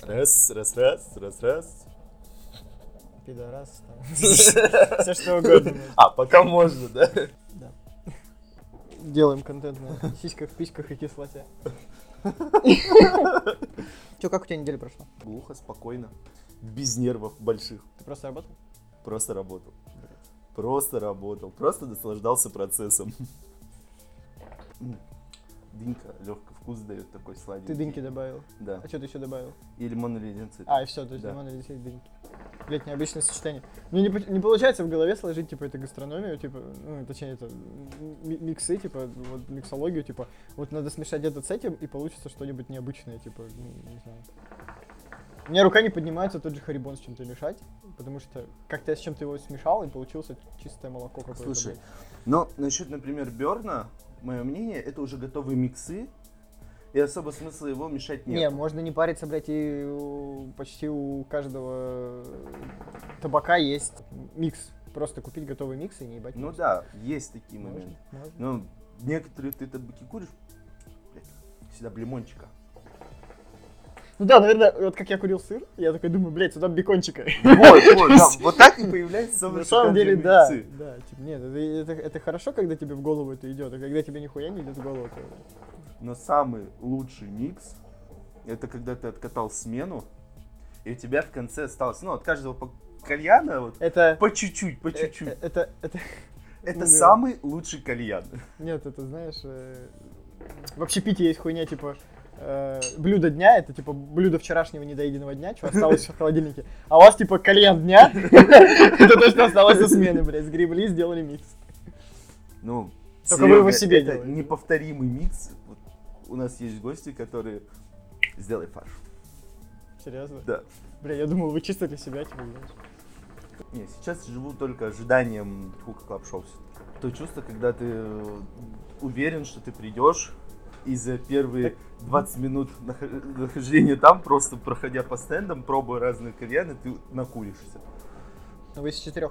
Раз. Пидорас, там. Все что угодно. Пока можно, да? Да. Делаем контент на сиськах, письках и кислоте. Че, как у тебя неделя прошла? Глухо, спокойно. Без нервов больших. Ты просто работал? Просто работал. Просто наслаждался процессом. Дынька легкий вкус дает, такой сладенький. Ты дыньки добавил? Да. А что ты еще добавил? И лимонный леденцы. И все, то есть лимонный леденцы и дыньки. Блять, необычное сочетание. Ну, не получается в голове сложить, типа, это гастрономию, типа, ну, точнее, это миксы, типа, вот миксологию, типа, вот надо смешать это с этим, и получится что-нибудь необычное, типа, ну, не знаю. У меня рука не поднимается тот же харибон с чем-то мешать, потому что как-то я с чем-то его смешал, и получился чистое молоко какое-то. Слушай, но насчет, например, Берна, мое мнение, это уже готовые миксы, и особо смысла его мешать нет. Не, можно не париться, блядь, и почти у каждого табака есть микс. Просто купить готовый микс и не ебать. Ну да, есть такие моменты. Можно. Но некоторые ты табаки куришь, блядь, всегда б лимончика. Ну да, наверное, вот как я курил сыр, я такой думаю, блядь, сюда бекончика. Вот так и появляется самый На самом деле, да, миксы. типа, нет, это хорошо, когда тебе в голову это идет, а когда тебе нихуя не идет в голову, то... Но самый лучший микс, это когда ты откатал смену, и у тебя в конце осталось, ну, от каждого по кальяна, вот, Это... по чуть-чуть. Это Это самый лучший кальян. Нет, это, знаешь, в общепите есть хуйня, типа, блюдо дня, это, типа, блюдо вчерашнего недоеденного дня, что осталось в холодильнике, а у вас, типа, кальян дня, это то, что осталось со смены, блядь, сгребли, сделали микс. Ну, только вы его себе это делаете. неповторимый микс. Вот у нас есть гости, которые... Сделай фарш. Серьезно? Да. Бля, я думал, вы чисто для себя, типа, знаешь. Не, сейчас живу только ожиданием Хука Клаб Шоу. То чувство, когда ты уверен, что ты придешь, и за первые 20 минут нахождения там, просто проходя по стендам, пробуя разные кальяны, ты накуришься. Но вы с 4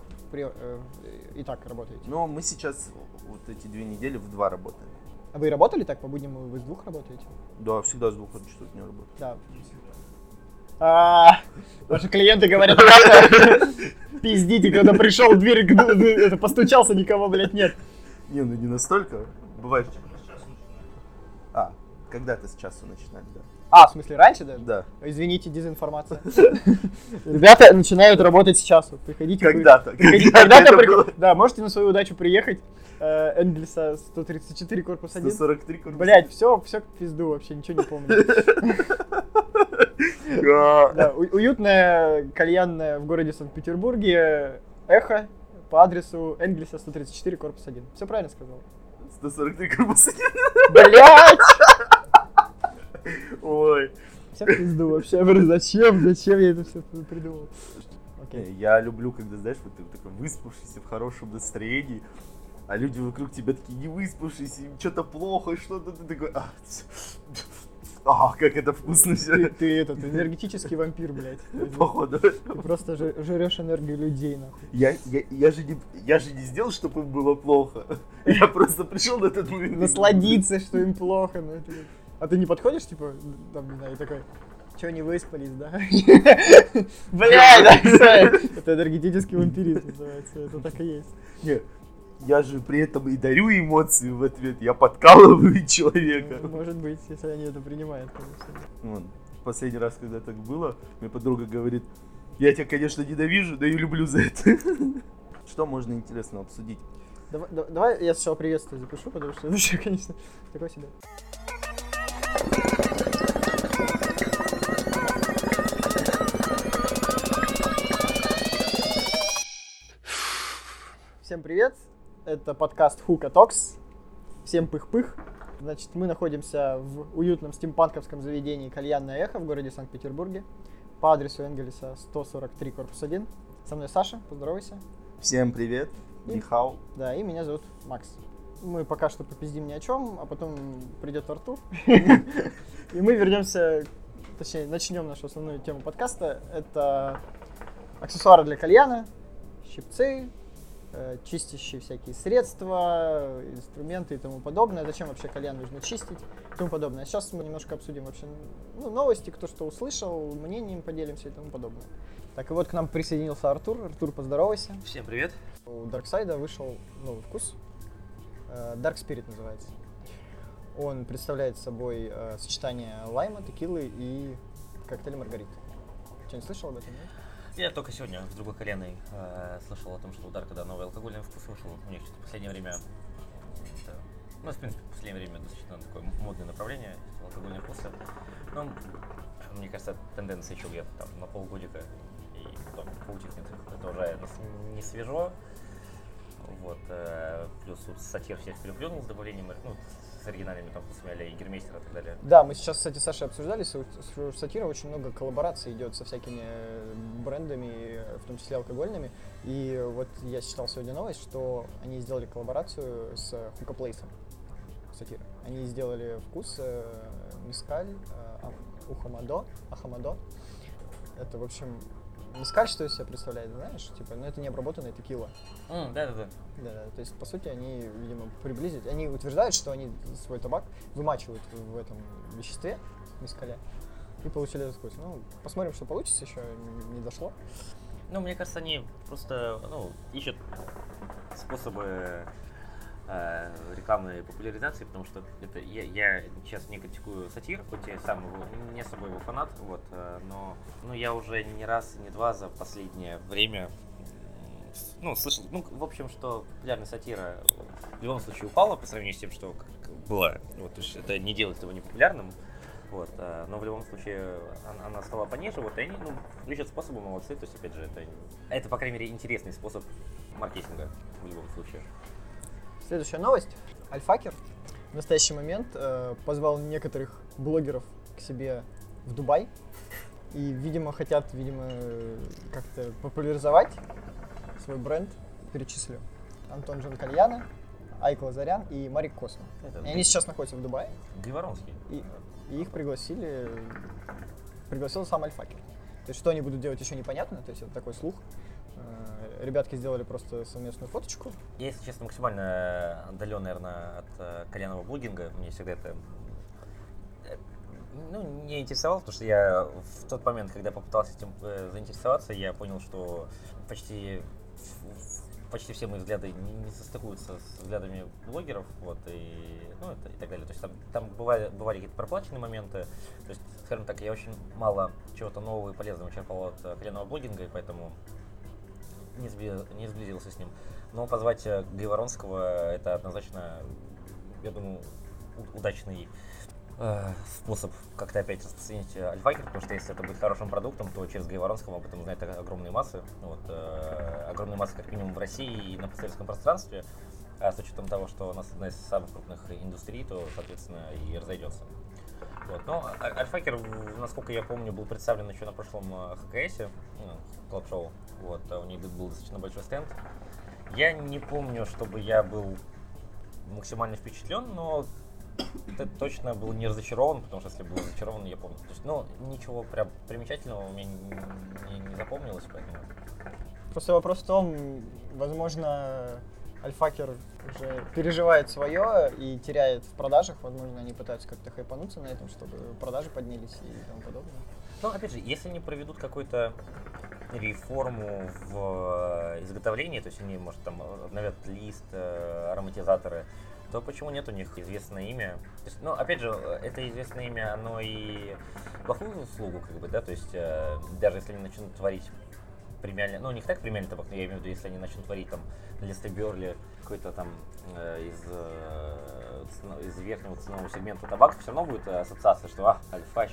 и так работаете? Но мы сейчас вот эти 2 недели в 2 работаем. А вы работали так по будням, вы с 2 работаете? Да, всегда с 2 часов дня работаю. Да. Ваши клиенты говорят, пиздите, когда пришел в дверь, это постучался, никого, блядь, нет. Не, ну не настолько. Бывает. Когда-то с часу начинать, да. В смысле, раньше даже? Да. Извините, дезинформация. Ребята начинают работать с часу. Приходите. Когда-то. Да, можете на свою удачу приехать. Энгельса 134, корпус 1. 143 корпус. Блять, все к пизду вообще, ничего не помню. Да, уютная кальянная в городе Санкт-Петербурге. Эхо по адресу Энгельса 134, корпус 1. Все правильно сказал? 143 корпус 1. Блять! Ой. Все в пизду вообще. Я говорю, зачем я это все придумал? Я люблю, когда, знаешь, вот ты такой выспавшийся, в хорошем настроении, а люди вокруг тебя такие не выспавшиеся, им что-то плохо, что-то, ты такой, как это вкусно все. Ты энергетический вампир, блядь. Походу. Ты просто жрешь энергию людей, нахуй. Я же не сделал, чтобы им было плохо. Я просто пришел на этот момент. Насладиться, что им плохо. А ты не подходишь, типа, там, не знаю, и такой, чё, не выспались, да? Блядь, это энергетический вампиризм называется, это так и есть. Нет, я же при этом и дарю эмоции в ответ, я подкалываю человека. Может быть, если они это принимают, конечно. Последний раз, когда так было, моя подруга говорит, я тебя, конечно, ненавижу, но и люблю за это. Что можно интересно обсудить? Давай я сначала приветствие запишу, потому что вообще, конечно, такой себе. Всем привет, это подкаст Хука Токс. Всем пых-пых. Значит, мы находимся в уютном стимпанковском заведении «Кальянное эхо» в городе Санкт-Петербурге по адресу Энгельса 143, корпус 1. Со мной Саша, поздоровайся. Всем привет, Нихау. Да, и меня зовут Макс. Мы пока что попиздим ни о чем, а потом придет Артур. И мы вернемся, точнее, начнем нашу основную тему подкаста. Это аксессуары для кальяна, щипцы, чистящие всякие средства, инструменты и тому подобное. Зачем вообще кальян нужно чистить и тому подобное. Сейчас мы немножко обсудим вообще новости, кто что услышал, мнением поделимся и тому подобное. Так, и вот к нам присоединился Артур. Артур, поздоровайся. Всем привет. У Дарксайда вышел новый вкус. Dark Spirit называется. Он представляет собой сочетание лайма, текилы и коктейля маргарита. Что-нибудь слышал об этом, нет? Я только сегодня с другой коленой слышал о том, что у Дарка, да, новый алкогольный вкус вышел. У них что-то в последнее время, в принципе, в последнее время достаточно такое модное направление, алкогольные вкусы. Но, мне кажется, тенденция еще где-то там на полгодика и потом поутихнет. Это уже не свежо. Вот, плюс тут сатир всех переплюнул с добавлением, с оригинальными там вкусами а-ля Егермейстера и так далее. Да, мы сейчас, кстати, с Сашей обсуждали, у сатира очень много коллабораций идет со всякими брендами, в том числе алкогольными. И вот я читал сегодня новость, что они сделали коллаборацию с Хукаплейсом сатира. Они сделали вкус мескаль, ахамадо. Это, в общем, мескаль, что из себя представляет, знаешь? Типа, это не обработанная текила. Да. Да, то есть, по сути, они, видимо, приблизили. Они утверждают, что они свой табак вымачивают в этом веществе, мескале, и получили этот вкус. Посмотрим, что получится, еще не дошло. Мне кажется, они просто, ищут способы рекламной популяризации, потому что это я сейчас не критикую сатир, хоть я сам не особо его фанат, но я уже не раз, не два за последнее время слышал, в общем, что популярность сатира в любом случае упала по сравнению с тем, что было, то есть это не делает его непопулярным, но в любом случае она стала пониже, и они, ищут способы, молодцы, то есть, опять же, это, по крайней мере, интересный способ маркетинга в любом случае. Следующая новость. Альфакер в настоящий момент позвал некоторых блогеров к себе в Дубай и, видимо, хотят, как-то популяризовать свой бренд. Перечислю. Антон Джанкальяно, Айк Лазарян и Марик Космо. И они сейчас находятся в Дубае. Гайворонский. И их пригласил сам Альфакер. То есть, что они будут делать, еще непонятно. То есть, это такой слух. Ребятки сделали просто совместную фоточку. Я, если честно, максимально отдален, наверное, от кальянного блогинга. Мне всегда это не интересовало, потому что я в тот момент, когда попытался этим заинтересоваться, я понял, что почти все мои взгляды не состыкуются с взглядами блогеров, и так далее. То есть там бывали какие-то проплаченные моменты. То есть, скажем так, я очень мало чего-то нового и полезного черпал от кальянного блогинга, и поэтому не сблизился с ним. Но позвать Гайворонского — это однозначно, я думаю, удачный способ как-то опять распространить Альфакер, потому что если это будет хорошим продуктом, то через Гайворонского об этом узнают огромные массы. Огромные массы как минимум в России и на постсоветском пространстве. А с учетом того, что у нас одна из самых крупных индустрий, то, соответственно, и разойдется. Но Альфакер, насколько я помню, был представлен еще на прошлом ХКСе, клаб-шоу. У них был достаточно большой стенд. Я не помню, чтобы я был максимально впечатлен, но это точно был не разочарован, потому что если был разочарован, я помню. То есть, ничего прям примечательного у меня не запомнилось, поэтому. Просто вопрос в том, возможно, Альфакер уже переживает свое и теряет в продажах. Возможно, они пытаются как-то хайпануться на этом, чтобы продажи поднялись и тому подобное. Опять же, если они проведут какую-то реформу в изготовлении, то есть они, может, там обновят лист, ароматизаторы, то почему нет у них известное имя? То есть, опять же, это известное имя, оно и плохую услугу, то есть даже если они начнут творить премиальный, не так премиальный табак, но я имею в виду, если они начнут творить там на листе Берли какой-то там из верхнего ценового сегмента табака, все равно будет ассоциация, что Альфач.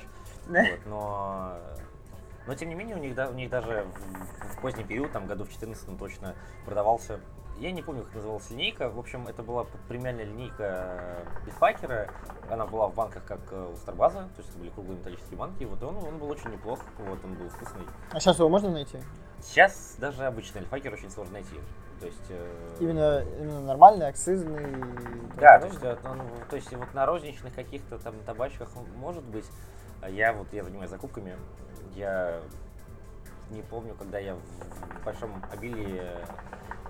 Но тем не менее у них даже в поздний период, там году в 2014 точно продавался, я не помню, как называлась линейка, в общем, это была премиальная линейка Альфакера, она была в банках, как у Старбаза, то есть это были круглые металлические банки, он был очень неплох, он был вкусный. А сейчас его можно найти? Сейчас даже обычный Альфакер очень сложно найти. То есть, именно нормальный, акцизный. Да, то есть на розничных каких-то там табачках может быть. Я занимаюсь закупками. Я не помню, когда я в большом обилии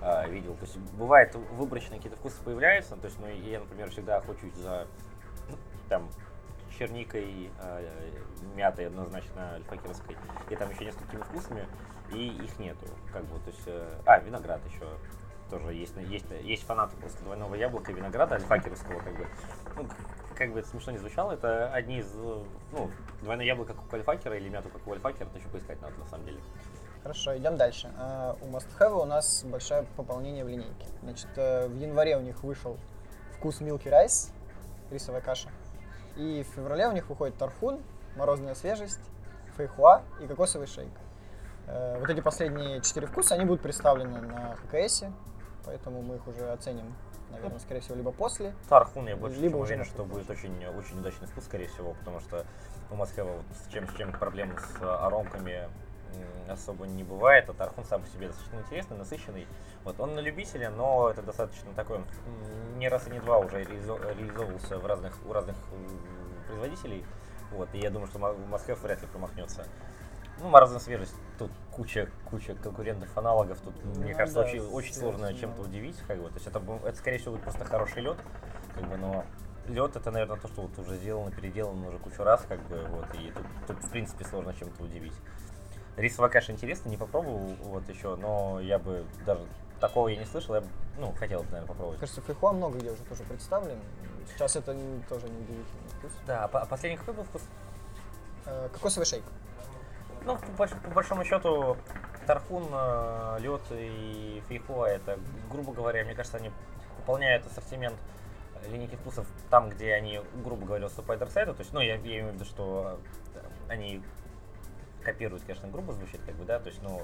видел. То есть бывает выборочные какие-то вкусы появляются, то есть, ну, я, например, всегда охочусь за там черникой, мятой однозначно, альфакерской, и там еще несколькими вкусами, и их нету, как бы, то есть, виноград еще тоже есть фанаты просто двойного яблока и винограда альфакеровского, как бы, ну, как бы это смешно не звучало, это одни из, ну, двойное яблоко как у альфакера или мяту как у альфакера, это еще поискать надо на самом деле. Хорошо, идем дальше. У Must Have у нас большое пополнение в линейке. Значит, в январе у них вышел вкус Milky Rice, рисовая каша. И в феврале у них выходит тархун, морозная свежесть, фейхуа и кокосовый шейк. Вот эти последние 4 вкуса, они будут представлены на ХКСе, поэтому мы их уже оценим, наверное, скорее всего, либо после. Тархун, я больше либо чем уже уверен, что будет очень удачный вкус, скорее всего, потому что у Must Have вот с чем проблем с аромками особо не бывает, а тархун сам по себе достаточно интересный, насыщенный. Вот он на любителя, но это достаточно такой, он не раз и не два уже реализовывался у разных производителей. Вот, и я думаю, что Must Have вряд ли промахнется. Ну, морозная свежесть, тут куча конкурентных аналогов, тут, мне кажется, да, очень сложно чем-то удивить, как бы. То есть это скорее всего будет просто хороший лед, как бы, но лед это, наверное, то, что вот уже сделано, переделано уже кучу раз, как бы, вот, и тут в принципе сложно чем-то удивить. Рисовая каша интересно, не попробовал вот еще, но я бы даже такого я не слышал, я бы, ну, хотел бы, наверное, попробовать. Кажется, фейхуа много где уже тоже представлен. Сейчас это тоже не удивительный вкус. Да, а последний какой был вкус? Кокосовый шейк. Ну, по большому счету, тархун, лед и фейхуа, это, грубо говоря, мне кажется, они пополняют ассортимент линейки вкусов там, где они, грубо говоря, уступают Дарксайду. То есть, ну, я имею в виду, что они копируют, конечно, грубо звучит, как бы, да, то есть, ну,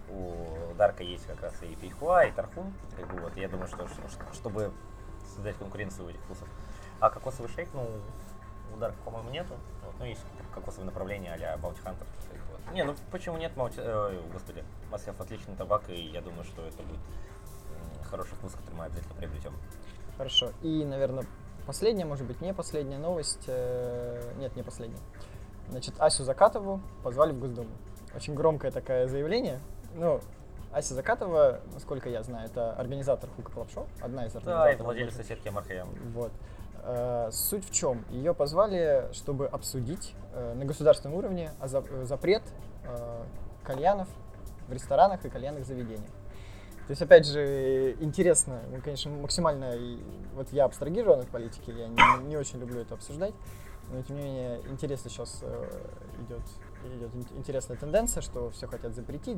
у Дарка есть как раз и фейхуа, и тархун, как бы, вот, я думаю, что чтобы создать конкуренцию у этих вкусов. А кокосовый шейк, ну, у Дарка, по-моему, нету, вот, ну, есть кокосовое направление а-ля Bounty Hunter. Вот. Не, ну, почему нет, господи, Must Have отличный табак, и я думаю, что это будет хороший вкус, который мы обязательно приобретем. Хорошо, и, наверное, последняя, может быть, не последняя новость, нет, не последняя. Значит, Асю Закатову позвали в Госдуму. Очень громкое такое заявление. Ну, Ася Закатова, насколько я знаю, это организатор Хука Клаб Шоу, одна из организаторов. Да, это владелица сетки Мархаям. Вот. Суть в чем? Ее позвали, чтобы обсудить на государственном уровне запрет кальянов в ресторанах и кальянных заведениях. То есть, опять же, интересно, ну, конечно, максимально, вот я абстрагирован от политики, я не очень люблю это обсуждать, но тем не менее интересно сейчас идет интересная тенденция, что все хотят запретить,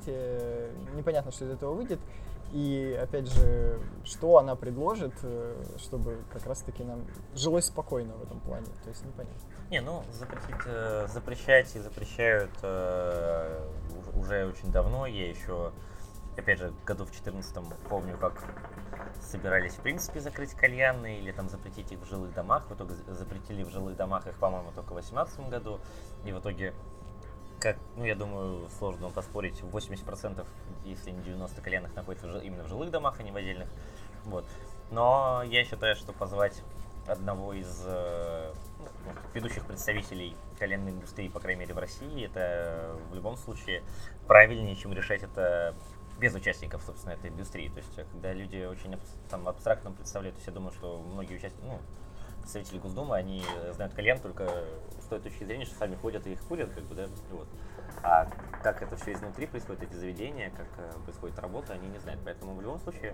непонятно, что из этого выйдет, и опять же, что она предложит, чтобы как раз-таки нам жилось спокойно в этом плане, то есть непонятно. Не, ну, запрещать и запрещают уже очень давно, я еще, опять же, году в 2014 помню, как собирались в принципе закрыть кальяны или там запретить их в жилых домах. В итоге запретили в жилых домах их, по-моему, только в 2018 году. И в итоге, как, ну, я думаю, сложно поспорить, 80%, если не 90% кальянных находится именно в жилых домах, а не в отдельных. Вот. Но я считаю, что позвать одного из ведущих представителей кальянной индустрии, по крайней мере в России, это в любом случае правильнее, чем решать это без участников, собственно, этой индустрии. То есть, когда люди очень там абстрактно представляют, то есть я думаю, что многие представители Госдумы, они знают кальян только с той точки зрения, что сами ходят и их курят, как бы, да, вот. А как это все изнутри происходит, эти заведения, как происходит работа, они не знают. Поэтому в любом случае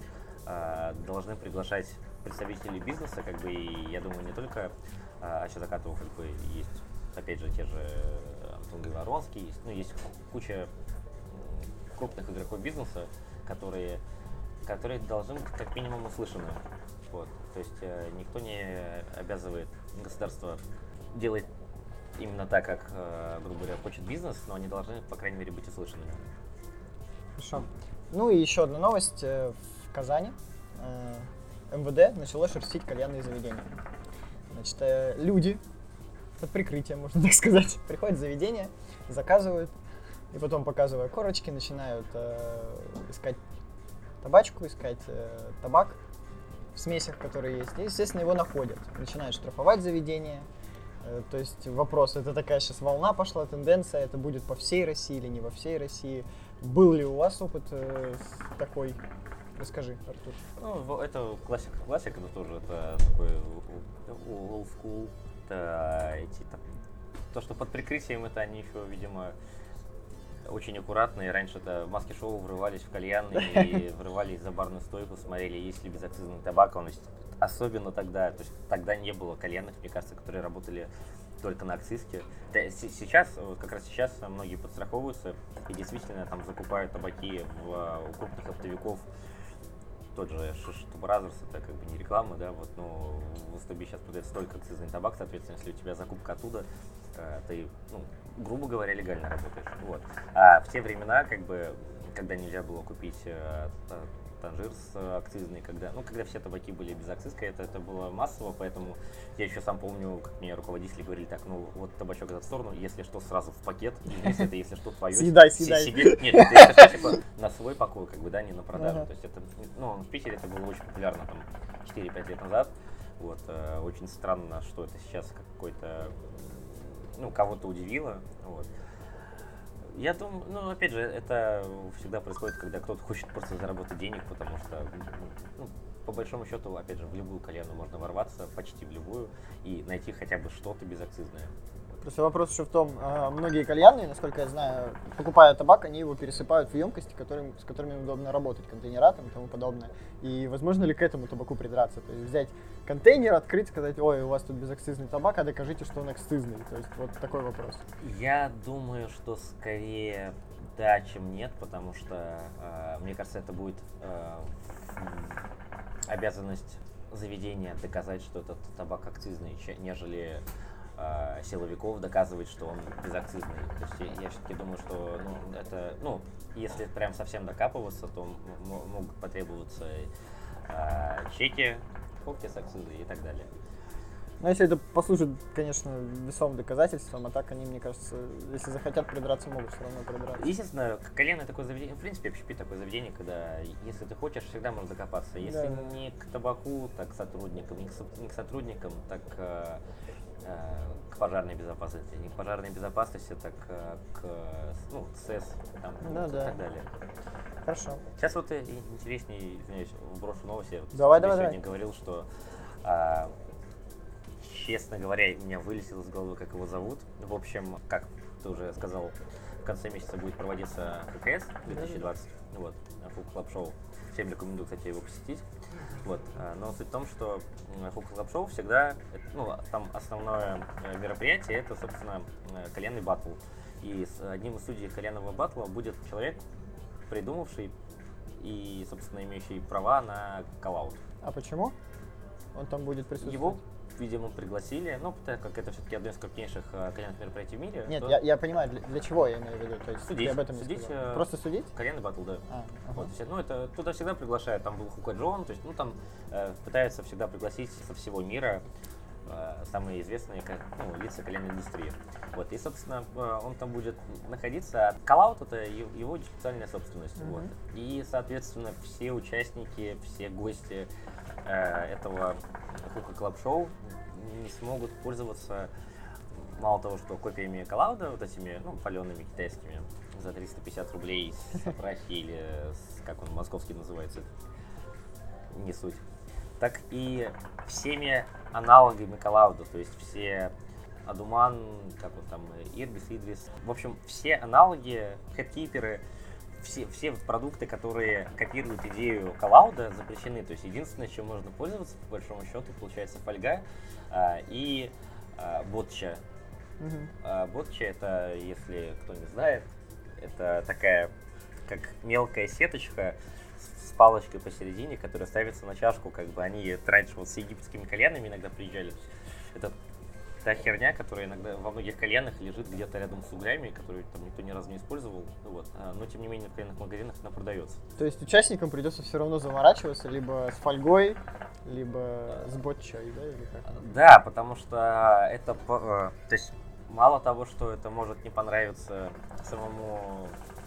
должны приглашать представителей бизнеса, как бы, и я думаю, не только Ася Закатова, как бы, есть, опять же, те же Антон Говоронский, есть, ну, есть куча крупных игроков бизнеса, которые должны быть как минимум услышаны. Вот. То есть никто не обязывает государство делать именно так, как, грубо говоря, хочет бизнес, но они должны, по крайней мере, быть услышанными. Хорошо. Ну и еще одна новость. В Казани МВД начало шерстить кальянные заведения. Значит, люди под прикрытием, можно так сказать, приходят в заведение, заказывают, и потом, показывая корочки, начинают искать табачку, искать табак в смесях, которые есть. И, естественно, его находят. Начинают штрафовать заведение, То есть вопрос, это такая сейчас волна пошла, тенденция, это будет по всей России или не во всей России? Был ли у вас опыт такой? Расскажи, Артур. Ну, это классика, но тоже это такой old school. Это то, что под прикрытием это они еще, видимо, очень аккуратные. Раньше это маски-шоу врывались в кальянные и врывались за барную стойку, смотрели, есть ли безакцизный табак. Особенно тогда, то есть тогда не было кальянных, мне кажется, которые работали только на акцизке. Сейчас, как раз сейчас многие подстраховываются и действительно там закупают табаки у крупных оптовиков. Тот же Шишт Бразерс, это как бы не реклама, да, вот, но в СТБ сейчас продается только акцизный табак, соответственно, если у тебя закупка оттуда, ты, ну, грубо говоря, легально работаешь. Вот. А в те времена, как бы, когда нельзя было купить Танжир акцизный, когда все табаки были без акцизка, это было массово, поэтому я еще сам помню, как мне руководители говорили, так, ну вот табачок этот в сторону, если что, сразу в пакет, если это что, твое. Съедай. Себе, нет, это типа на свой покой, как бы, да, не на продажу. То есть это, ну, в Питере это было очень популярно там 4-5 лет назад. Вот, очень странно, что это сейчас какой-то, ну, кого-то удивило. Вот. Я думаю, ну, опять же, это всегда происходит, когда кто-то хочет просто заработать денег, потому что, ну, по большому счету, опять же, в любую кальянную можно ворваться, почти в любую, и найти хотя бы что-то безакцизное. Просто вопрос еще в том, многие кальянные, насколько я знаю, покупая табак, они его пересыпают в емкости, с которыми удобно работать, контейнератом и тому подобное. И возможно ли к этому табаку придраться? То есть взять контейнер, открыть, сказать, ой, у вас тут безакцизный табак, а докажите, что он акцизный. То есть вот такой вопрос. Я думаю, что скорее да, чем нет, потому что, мне кажется, это будет обязанность заведения доказать, что этот табак акцизный, нежели силовиков доказывать, что он безакцизный. То есть я все-таки думаю, что, ну, это, ну, если прям совсем докапываться, то могут потребоваться чеки, упаковки с акцизой и так далее. Но если это послужит, конечно, весомым доказательством, а так они, мне кажется, если захотят придраться, могут все равно придраться. Естественно, кальянное такое заведение, в принципе, общепит такое заведение, когда, если ты хочешь, всегда можно докопаться. Если не к табаку, так к сотрудникам, не к сотрудникам, так к пожарной безопасности, не к пожарной безопасности, так к СЭС там, и так далее. Хорошо. Сейчас вот интереснее, извиняюсь, вброшу новость. Я сегодня говорил, что, честно говоря, меня вылетело из головы, как его зовут. В общем, как ты уже сказал, в конце месяца будет проводиться ККС 2020, вот, Food Club Show. Всем рекомендую, кстати, его посетить. Вот. Но суть в том, что Food Club Show всегда, ну, там основное мероприятие, это, собственно, кальянный баттл. И одним из судей кальянного баттла будет человек, придумавший и, собственно, имеющий права на коллаут. А почему он там будет присутствовать? Его, видимо, пригласили, ну, так как это все-таки одно из крупнейших кальянных мероприятий в мире. Нет, я понимаю, для чего я имею в виду. То есть судить. Ты об этом судить, просто судить? Кальянный баттл, да. Вот. Ну, это туда всегда приглашают, там был Хука Джон, то есть, ну, там пытаются всегда пригласить со всего мира самые известные лица кальянной индустрии. Вот, и, собственно, он там будет находиться. Коллаут — это его специальная собственность. Вот. И, соответственно, все участники, все гости этого Hookah Club Show не смогут пользоваться, мало того, что копиями коллауда, вот этими, ну, палеными китайскими, за 350 рублей с Апрахи или как он московский называется, не суть, так и всеми аналогами коллауда, то есть все Адуман, как он там, Ирбис, Идрис, в общем, все аналоги, хедкиперы, все продукты, которые копируют идею коллауда, запрещены. То есть единственное, чем можно пользоваться, по большому счету, получается фольга и ботча. Ботча — это, если кто не знает, это такая, как мелкая сеточка с палочкой посередине, которая ставится на чашку, как бы они раньше вот с египетскими кальянами иногда приезжали. Это та херня, которая иногда во многих кальянах лежит где-то рядом с углями, которую там никто ни разу не использовал, вот. Но тем не менее в кальянных магазинах она продается. То есть участникам придется все равно заморачиваться либо с фольгой, либо с ботчой, да, или как? Да, потому что это, то есть мало того, что это может не понравиться самому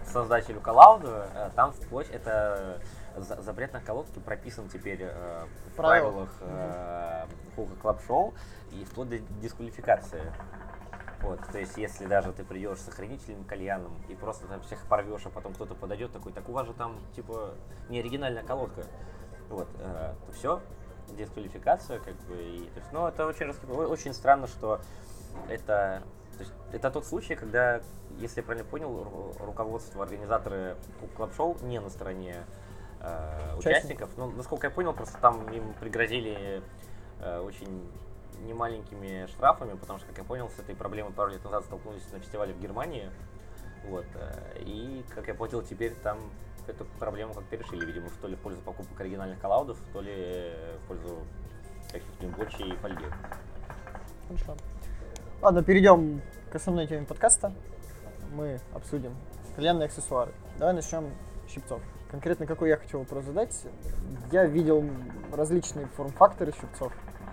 создателю коллауда, там вплоть это запрет на колодки прописан теперь в правилах Hookah Club Show и вплоть до дисквалификации. Вот, то есть, если даже ты придешь с охранительным кальяном и просто там всех порвешь, а потом кто-то подойдет такой, так у вас же там, типа, не оригинальная колодка. Вот, то все, дисквалификация, как бы, и, то есть, ну, это очень странно, что это, то есть, это тот случай, когда, если я правильно понял, руководство, организаторы Club Show не на стороне участников. Ну, насколько я понял, просто там им пригрозили очень немаленькими штрафами, потому что, как я понял, с этой проблемой пару лет назад столкнулись на фестивале в Германии. Вот. И, как я понял, теперь там эту проблему как-то решили, видимо, то ли в пользу покупок оригинальных коллаудов, то ли в пользу каких-нибудь бочи и фольги. Хорошо. Ладно, перейдем к основной теме подкаста. Мы обсудим кальянные аксессуары. Давай начнем с щипцов. Конкретно какой я хочу вопрос задать. Я видел различные форм-факторы щипцов.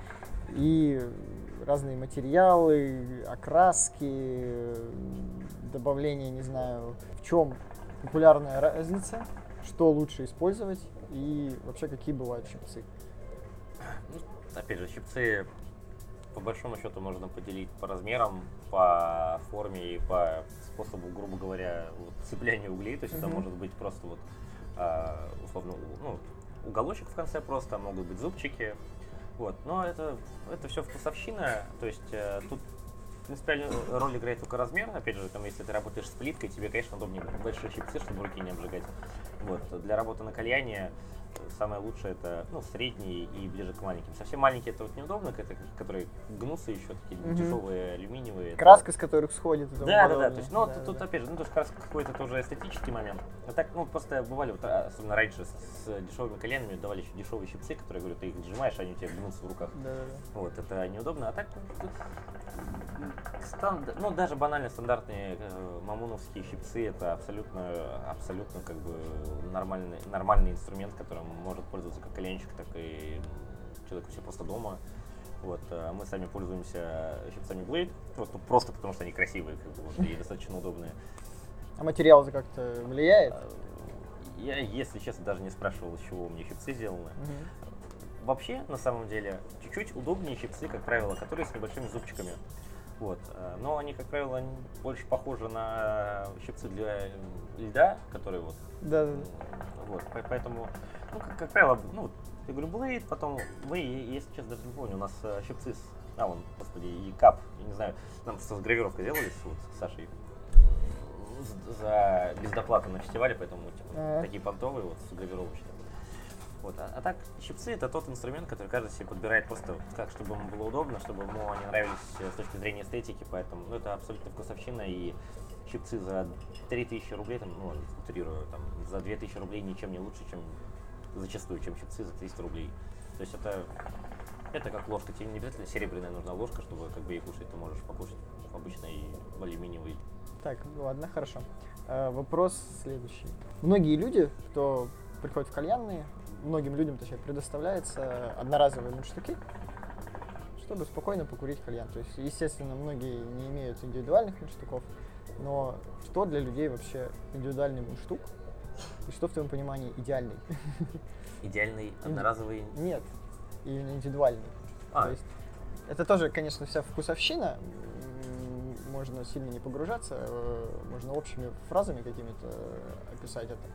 И разные материалы, окраски, добавление, не знаю, в чем популярная разница, что лучше использовать и вообще какие бывают щипцы. Опять же, щипцы по большому счету можно поделить по размерам, по форме и по способу, грубо говоря, вот, цепляния углей. То есть это может быть просто вот условно, ну, уголочек в конце просто, могут быть зубчики. Вот. Но это все вкусовщина, то есть тут принципиальную роль играет только размер. Опять же, там, если ты работаешь с плиткой, тебе, конечно, удобнее большие щипцы, чтобы руки не обжигать. Вот. Для работы на кальяне самое лучшее это средний и ближе к маленьким. Совсем маленькие это вот неудобно, которые гнутся еще, такие дешевые алюминиевые. Краска, с которых сходит. Да. То есть, тут опять же, то есть краска какой-то тоже эстетический момент. А так, просто бывали, вот, особенно раньше с дешевыми кальянами давали еще дешевые щипцы, которые, говорю, ты их сжимаешь, они у тебя гнутся в руках. Да. Вот, это неудобно. А так, даже банально стандартные мамуновские щипцы это абсолютно как бы нормальный инструмент, которым может пользоваться как кальянщик, так и человек вообще просто дома. Вот, мы сами пользуемся щипцами Blade, вот, просто потому что они красивые, как бы, вот, и достаточно удобные. А материал как-то влияет? Я, если честно, даже не спрашивал, из чего у меня щипцы сделаны. Вообще, на самом деле, чуть-чуть удобнее щипцы, как правило, которые с небольшими зубчиками. Вот. Но они, как правило, больше похожи на щипцы для льда, которые вот. Да. Вот. Поэтому, как правило, я говорю, Blade, потом мы, если честно, даже не помню, у нас щипцы господи, и кап, я не знаю, нам просто с гравировкой делались вот с Сашей без доплаты на фестивале, поэтому такие понтовые вот с гравировочными. Вот. А так, щипцы это тот инструмент, который каждый себе подбирает просто так, чтобы ему было удобно, чтобы ему они нравились с точки зрения эстетики, поэтому это абсолютно вкусовщина, и щипцы за 3000 рублей, утрирую, за 2000 рублей ничем не лучше, чем зачастую, чем щипцы за 300 рублей. То есть это как ложка, тебе не обязательно серебряная нужна ложка, чтобы как бы ей кушать, ты можешь покушать обычной алюминиевой. Так, ладно, хорошо. Вопрос следующий. Многие люди, кто приходит в кальянные, многим людям, точнее, предоставляются одноразовые мундштуки, чтобы спокойно покурить кальян. То есть, естественно, многие не имеют индивидуальных мундштуков, но что для людей вообще индивидуальный мундштук? И что в твоем понимании идеальный? Идеальный одноразовый? Нет, именно индивидуальный. То есть, это тоже, конечно, вся вкусовщина, можно сильно не погружаться, можно общими фразами какими-то описать это.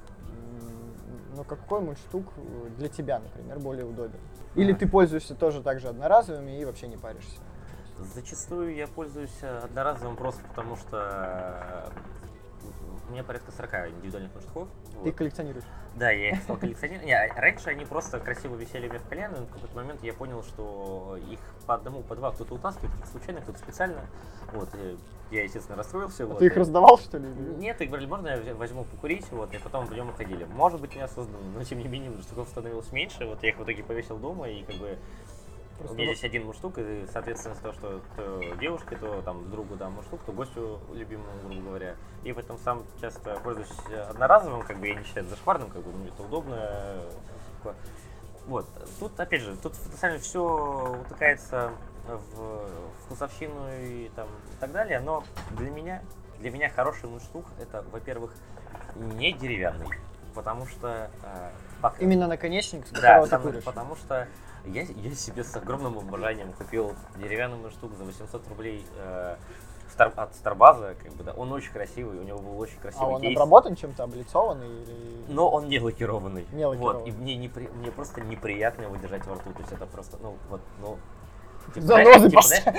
Но какой мундштук для тебя, например, более удобен? Или ты пользуешься тоже так же одноразовыми и вообще не паришься? Зачастую я пользуюсь одноразовым просто потому, что у меня порядка 40 индивидуальных мундштуков. Ты их коллекционируешь? Да, я их стал коллекционировать. Раньше они просто красиво висели у меня в кальяне, но в какой-то момент я понял, что их по одному, по два кто-то утаскивает, кто-то случайно, кто-то специально. Вот, я, естественно, расстроился. Ты их раздавал, что ли? Нет, их говорили, можно я возьму покурить, вот, и потом вдвоем уходили. Может быть, неосознанно, но тем не менее, мундштуков становилось меньше, вот я их в итоге повесил дома, и как бы у меня здесь один мундштук, и, соответственно, с того, что то девушке, то там другу дам мундштук, то гостю любимому, грубо говоря. И в этом сам часто пользуюсь одноразовым, как бы я не считаю это зашкварным, как бы мне это удобно. Вот. Тут, опять же, тут на самом деле все утыкается в вкусовщину и так далее, но для меня для меня хороший мундштук это, во-первых, не деревянный, потому что... Именно наконечник, с Да, которого ты куришь. потому что я себе с огромным обожанием купил деревянный мундштук за 800 рублей от Старбаза, как бы, да. Он очень красивый, у него был очень красивый он кейс. обработан чем-то, облицованный или... Но он не лакированный. Не лакированный. Вот, и мне просто неприятно его держать во рту, то есть это просто, типа, Занозы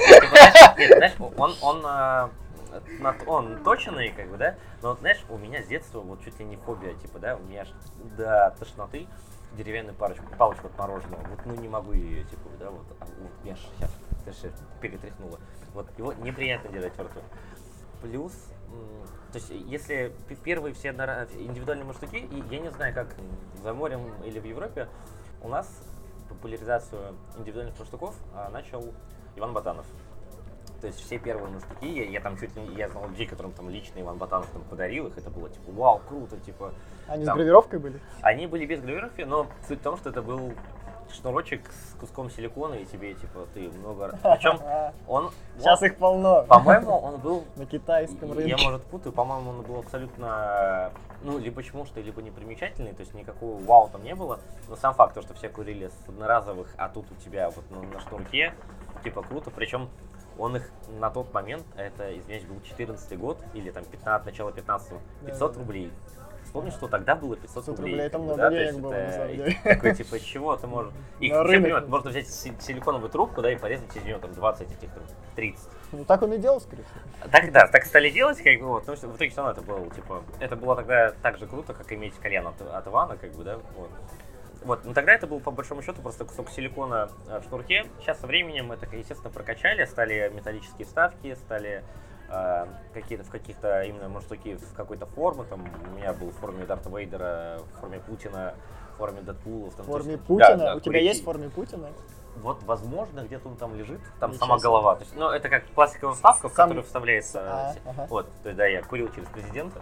он точенный, как бы, да, но, знаешь, у меня с детства вот чуть ли не фобия, типа, да, у меня аж до тошноты деревянную палочку от мороженого, вот, не могу ее, типа, да, вот, я сейчас перетряхнула, вот, его неприятно держать во рту. Плюс, то есть, если первые все индивидуальные мундштуки, и я не знаю, как за морем или в Европе, у нас популяризацию индивидуальных мундштуков начал Иван Ботанов. То есть все первые мундштуки, я там чуть ли не, я знал людей, которым там лично Иван Ботанов там подарил их, это было типа вау, круто, типа. Они там, с гравировкой были? Они были без гравировки, но суть в том, что это был шнурочек с куском силикона, и тебе типа ты много раз. Причем он. Сейчас их полно. По-моему, он был. На китайском рынке. Я, может, путаю, по-моему, он был абсолютно, либо чему-что, либо непримечательный, то есть никакого вау там не было. Но сам факт, то, что все курили с одноразовых, а тут у тебя вот на шнурке, типа круто. Причем он их на тот момент, это, извиняюсь, был 14-й год, или там начало 15-го, 500 рублей. Вспомни, что тогда было 500 рублей. Это как бы, много да? денег То есть было, это на самом деле. такой, типа, чего ты можешь... Их На все рынок. понимают, можно взять силиконовую трубку, да, и порезать из нее там 20 этих, там, 30. Ну так он и делал, скорее всего. Так стали делать, как бы, вот, потому что в итоге все равно это было, типа, это было тогда так же круто, как иметь кальян от Ивана, как бы, да, вот. Вот, но тогда это был, по большому счету, просто кусок силикона в шнурке. Сейчас со временем это, естественно, прокачали, стали металлические вставки, стали в каких-то именно мундштуки в какой-то форме, там, у меня был в форме Дарта Вейдера, в форме Путина, в форме Дэдпула. В форме Путина? У тебя есть в форме Путина? Вот, возможно, где-то он там лежит, там Ничего сама себе. голова. То есть, это как пластиковая вставка, в которую вставляется. Ага. Вот, то есть, да, я курил через президента.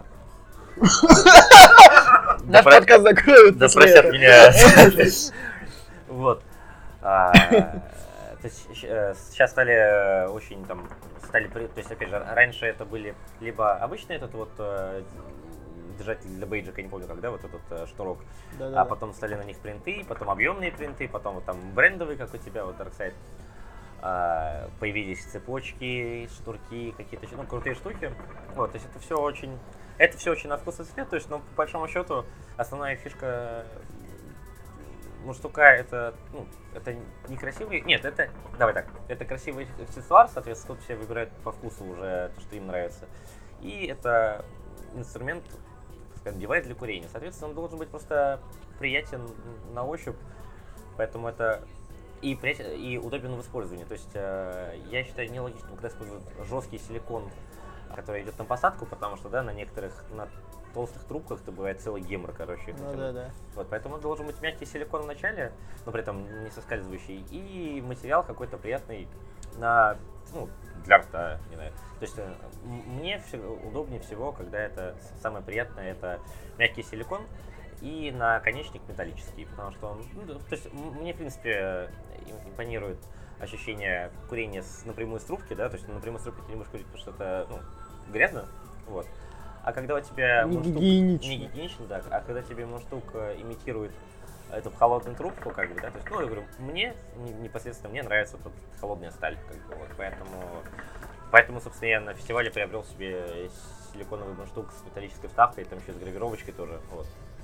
Наш подкаст закроют. Да после простят этого. меня. Вот. То есть сейчас стали очень там, то есть, опять же, раньше это были либо обычный этот вот держатель для бейджика, не помню когда, вот этот шнурок, Да-да-да. а потом стали на них принты, потом объемные принты, потом вот там брендовые, как у тебя, вот Darkside. Появились цепочки, шнурки, какие-то крутые штуки. Вот, то есть это все очень на вкус и цвет, то есть, по большому счету, основная фишка мундштука это не красивый, нет, это красивый аксессуар, соответственно, тут все выбирают по вкусу уже то, что им нравится. И это инструмент, так сказать, девайс для курения. Соответственно, он должен быть просто приятен на ощупь, поэтому это и удобен в использовании. То есть я считаю нелогичным, когда используют жесткий силикон, который идет на посадку, потому что, да, на толстых трубках это бывает целый гемор, короче. Да. Вот, поэтому должен быть мягкий силикон в начале, но при этом не соскальзывающий, и материал какой-то приятный для рта, не знаю. То есть мне удобнее всего, когда это самое приятное, это мягкий силикон и наконечник металлический, потому что он, то есть мне, в принципе, импонирует ощущение курения напрямую с трубки, да, то есть напрямую с трубки ты не можешь курить, потому что это, грязно, вот. А когда у тебя Не мундштук... гигиенично. Не гигиенично, да. А когда тебе мундштук имитирует эту холодную трубку, как бы, да, то есть, я говорю, мне непосредственно нравится тут холодная сталь, как бы, вот, поэтому, собственно, я на фестивале приобрел себе силиконовый мундштук с металлической вставкой, там еще с гравировочкой тоже, вот.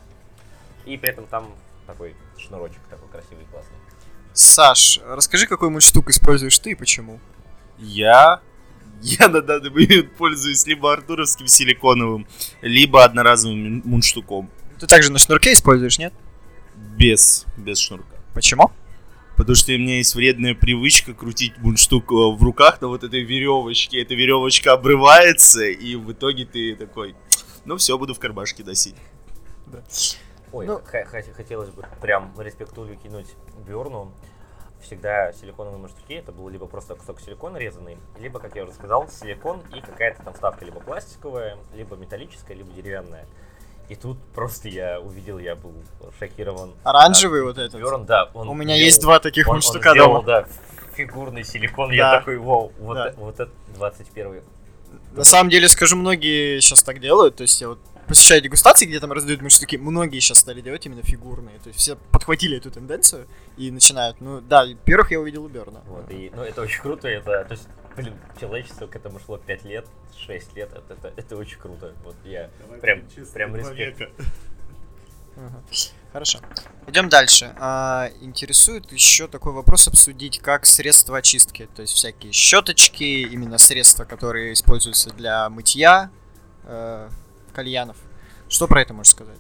И при этом там такой шнурочек такой красивый, классный. Саш, расскажи, какой мундштук используешь ты и почему? Я на данный момент пользуюсь либо артуровским силиконовым, либо одноразовым мундштуком. Ты также на шнурке используешь, нет? Без шнурка. Почему? Потому что у меня есть вредная привычка крутить мундштук в руках на вот этой веревочке. Эта веревочка обрывается, и в итоге ты такой, все, буду в кармашке носить. Да. Ой, хотелось бы прям респектулю кинуть Бёрну. Всегда силиконовые мундштуки, это был либо просто кусок силикона резанный, либо, как я уже сказал, силикон и какая-то там вставка либо пластиковая, либо металлическая, либо деревянная. И тут просто я был шокирован. Оранжевый вот этот? Бёрн, да. У меня есть два таких мундштука он сделал, дома. да, фигурный силикон, Да. я такой, вау, Да. вот это 21 На самом деле, скажу, многие сейчас так делают. То есть я вот посещаю дегустации, где там раздают мундштуки. Многие сейчас стали делать именно фигурные. То есть все подхватили эту тенденцию и начинают. Ну да, первых я увидел у Берна. Вот, и, ну, это очень круто, это, то есть, блин, человечество к этому шло 5 лет, 6 лет, это очень круто. Вот я прям респект. Ага. Хорошо. Идем дальше. Интересует еще такой вопрос обсудить, как средства очистки. То есть всякие щеточки, именно средства, которые используются для мытья кальянов. Что про это можешь сказать?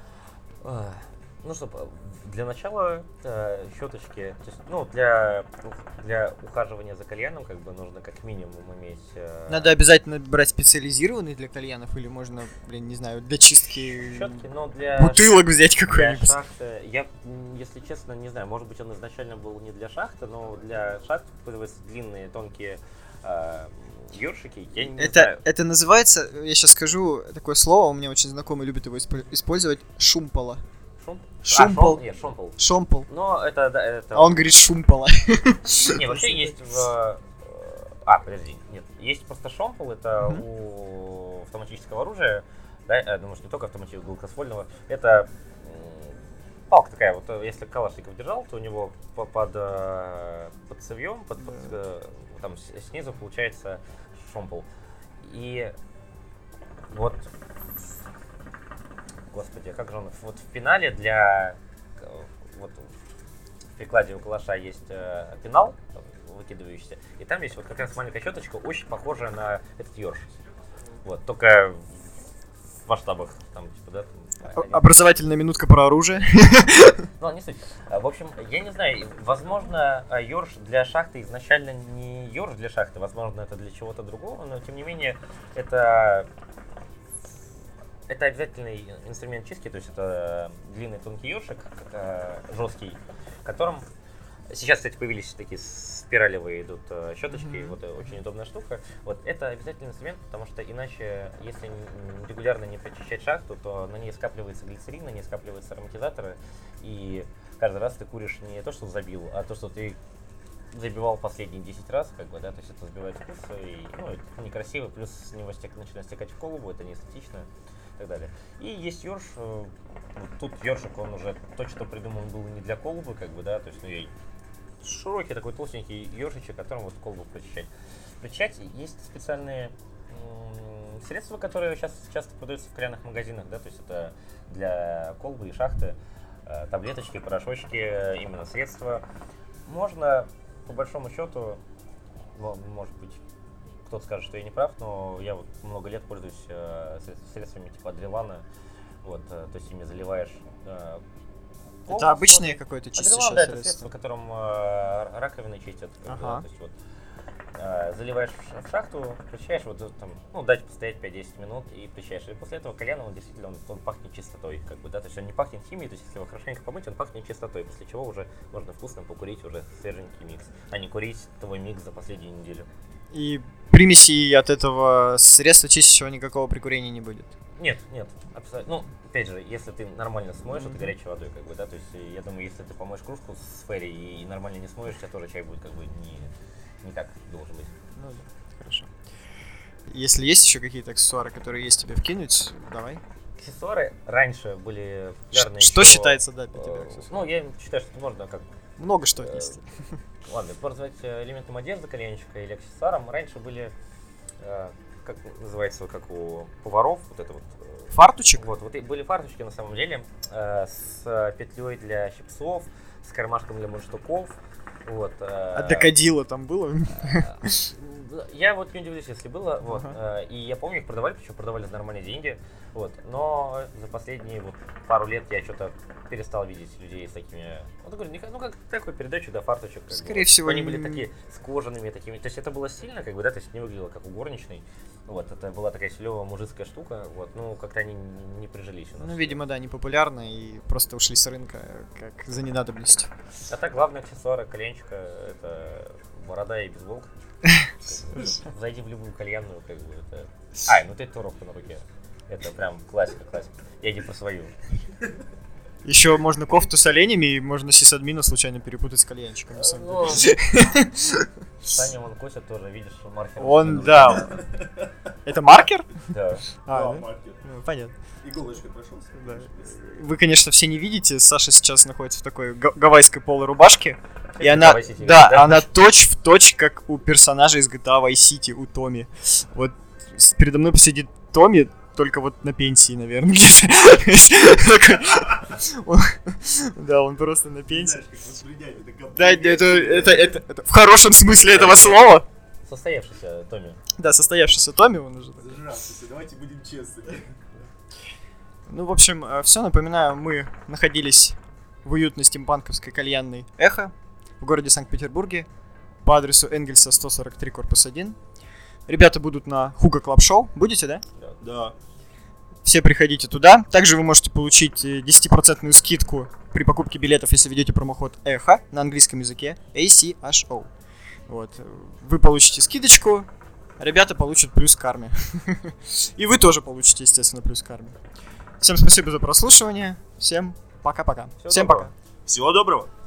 Ну что, для начала щеточки, то есть, ну, для ухаживания за кальяном, как бы, нужно как минимум иметь... Надо обязательно брать специализированный для кальянов, или можно, блин, не знаю, для чистки щетки, но для... бутылок взять Для какой-нибудь? шахты, я, если честно, не знаю, может быть, он изначально был не для шахты, но для шахты используются длинные, тонкие ёршики, я не знаю. Это называется, я сейчас скажу такое слово, у меня очень знакомый любит его использовать, шумпола. Шумпол. Нет, шомпол. Шомпол. Но это, да, это... А он говорит шумпола. Не, вообще есть в... подожди, нет. Есть просто шомпол, это у автоматического оружия, да, я думаю, что не только автоматического, гладкоствольного. Это палка такая, вот если Калашников держал, то у него под цевьем, там снизу получается шомпол. И вот... Господи, как же он... Вот в пенале для... Вот в прикладе у калаша есть пенал, выкидывающийся, и там есть вот как раз маленькая щеточка, очень похожая на этот ёрш. Вот, только в масштабах, там, типа, да... Там, Образовательная минутка про оружие. Ну, не суть. В общем, я не знаю, возможно, ёрш для шахты изначально не ёрш для шахты, возможно, это для чего-то другого, но, тем не менее, это обязательный инструмент чистки, то есть это длинный тонкий ёршик, жесткий, которым сейчас, кстати, появились такие спиралевые идут щеточки, вот очень удобная штука. Вот это обязательный инструмент, потому что иначе, если регулярно не прочищать шахту, то на ней скапливается глицерин, на ней скапливаются ароматизаторы, и каждый раз ты куришь не то, что забил, а то, что ты забивал последние 10 раз, как бы, да, то есть это сбивает вкус, и, ну, это некрасиво, плюс с него начинает стекать в колбу, это неэстетично. И так далее. И есть ёрш, вот тут ёршик, он уже точно придуман был не для колбы, как бы, да, то есть, ну, широкий такой толстенький ёршичек, которым вот колбу прочищать. Прочищать есть специальные средства, которые сейчас часто продаются в кальянных магазинах, да, то есть это для колбы и шахты, таблеточки, порошочки, именно средства. Можно, по большому счету, может быть, кто-то скажет, что я не прав, но я вот много лет пользуюсь средствами типа Адрелана, вот, то есть ими заливаешь колбу. Это обычное какое-то чистящее Адрелан, да, это средство? средство, которым раковины чистят, Ага. то есть вот заливаешь в шахту, прочищаешь, вот там, ну, дать постоять 5-10 минут и прочищаешь. И после этого кальян, он действительно, он пахнет чистотой, как бы, да, то есть он не пахнет химией, то есть если его хорошенько помыть, он пахнет чистотой, после чего уже можно вкусно покурить уже свеженький микс, а не курить твой микс за последнюю неделю. И примесей от этого средства чистящего никакого при курении не будет? Нет, абсолютно. Ну, опять же, если ты нормально смоешь это горячей водой, как бы, да, то есть я думаю, если ты помоешь кружку с ферри и нормально не смоешь, у тебя тоже чай будет как бы не так должен быть. Ну да, хорошо. Если есть еще какие-то аксессуары, которые есть тебе вкинуть, давай. Аксессуары раньше были популярны. Что еще, считается, да, для тебя аксессуаром? Ну, я считаю, что можно как... Много что отнести. Ладно, назвать элементом одежды кальянщика или аксессуаром. Раньше были, как называется, как у поваров, вот это вот... Фартучек? Вот и были фарточки на самом деле, с петлей для щипцов, с кармашком для мундштуков. Вот, А докодило там было? Я вот не удивлюсь, если было. Вот, и я помню, их продавали, причем продавали за нормальные деньги. Вот, но за последние вот пару лет я что-то перестал видеть людей с такими... Вот, говорю, ну как такой передачу, да, фарточек. Скорее всего, они были такие с кожаными такими. То есть это было стильно, как бы, да, то есть не выглядело как у горничной. Вот, это была такая селевая мужицкая штука. Вот, ну как-то они не прижились у нас. Ну, видимо, да, не популярно и просто ушли с рынка, как за ненадобностью. А так, главный аксессуар кальянчика — это борода и бейсболка. Зайди в любую кальянную, как бы, это... Ну татуировка на руке. Это прям классика. Я не про свою. Еще можно кофту с оленями, и можно сисадмина случайно перепутать с кальянчиком, на самом деле. Саня вон косит тоже, видишь, маркер. Он, да. Это маркер? Да. А, да? маркер. Ну, понятно. Иголочкой прошелся. Да. Вы, конечно, все не видите, Саша сейчас находится в такой гавайской полурубашке. И она, Vice City, да, да? она точь-в-точь, как у персонажа из GTA Vice City, у Томми. Вот передо мной посидит Томми, только вот на пенсии, наверное, где-то. Да, он просто на пенсии. Да, это в хорошем смысле этого слова. Состоявшийся Томми. Да, состоявшийся Томми, он уже. Зажравшийся, давайте будем честными. Ну, в общем, все, напоминаю, мы находились в уютной стимпанковской кальянной «Эхо» в городе Санкт-Петербурге по адресу Энгельса 143, корпус 1. Ребята будут на Хуга Клаб Шоу. Будете, да? Да. Все приходите туда. Также вы можете получить 10% скидку при покупке билетов, если введете промокод «Эхо» на английском языке ACHO. Вот. Вы получите скидочку, ребята получат плюс к карме. И вы тоже получите, естественно, плюс к карме. Всем спасибо за прослушивание. Всем пока-пока. Всем пока. Всего доброго.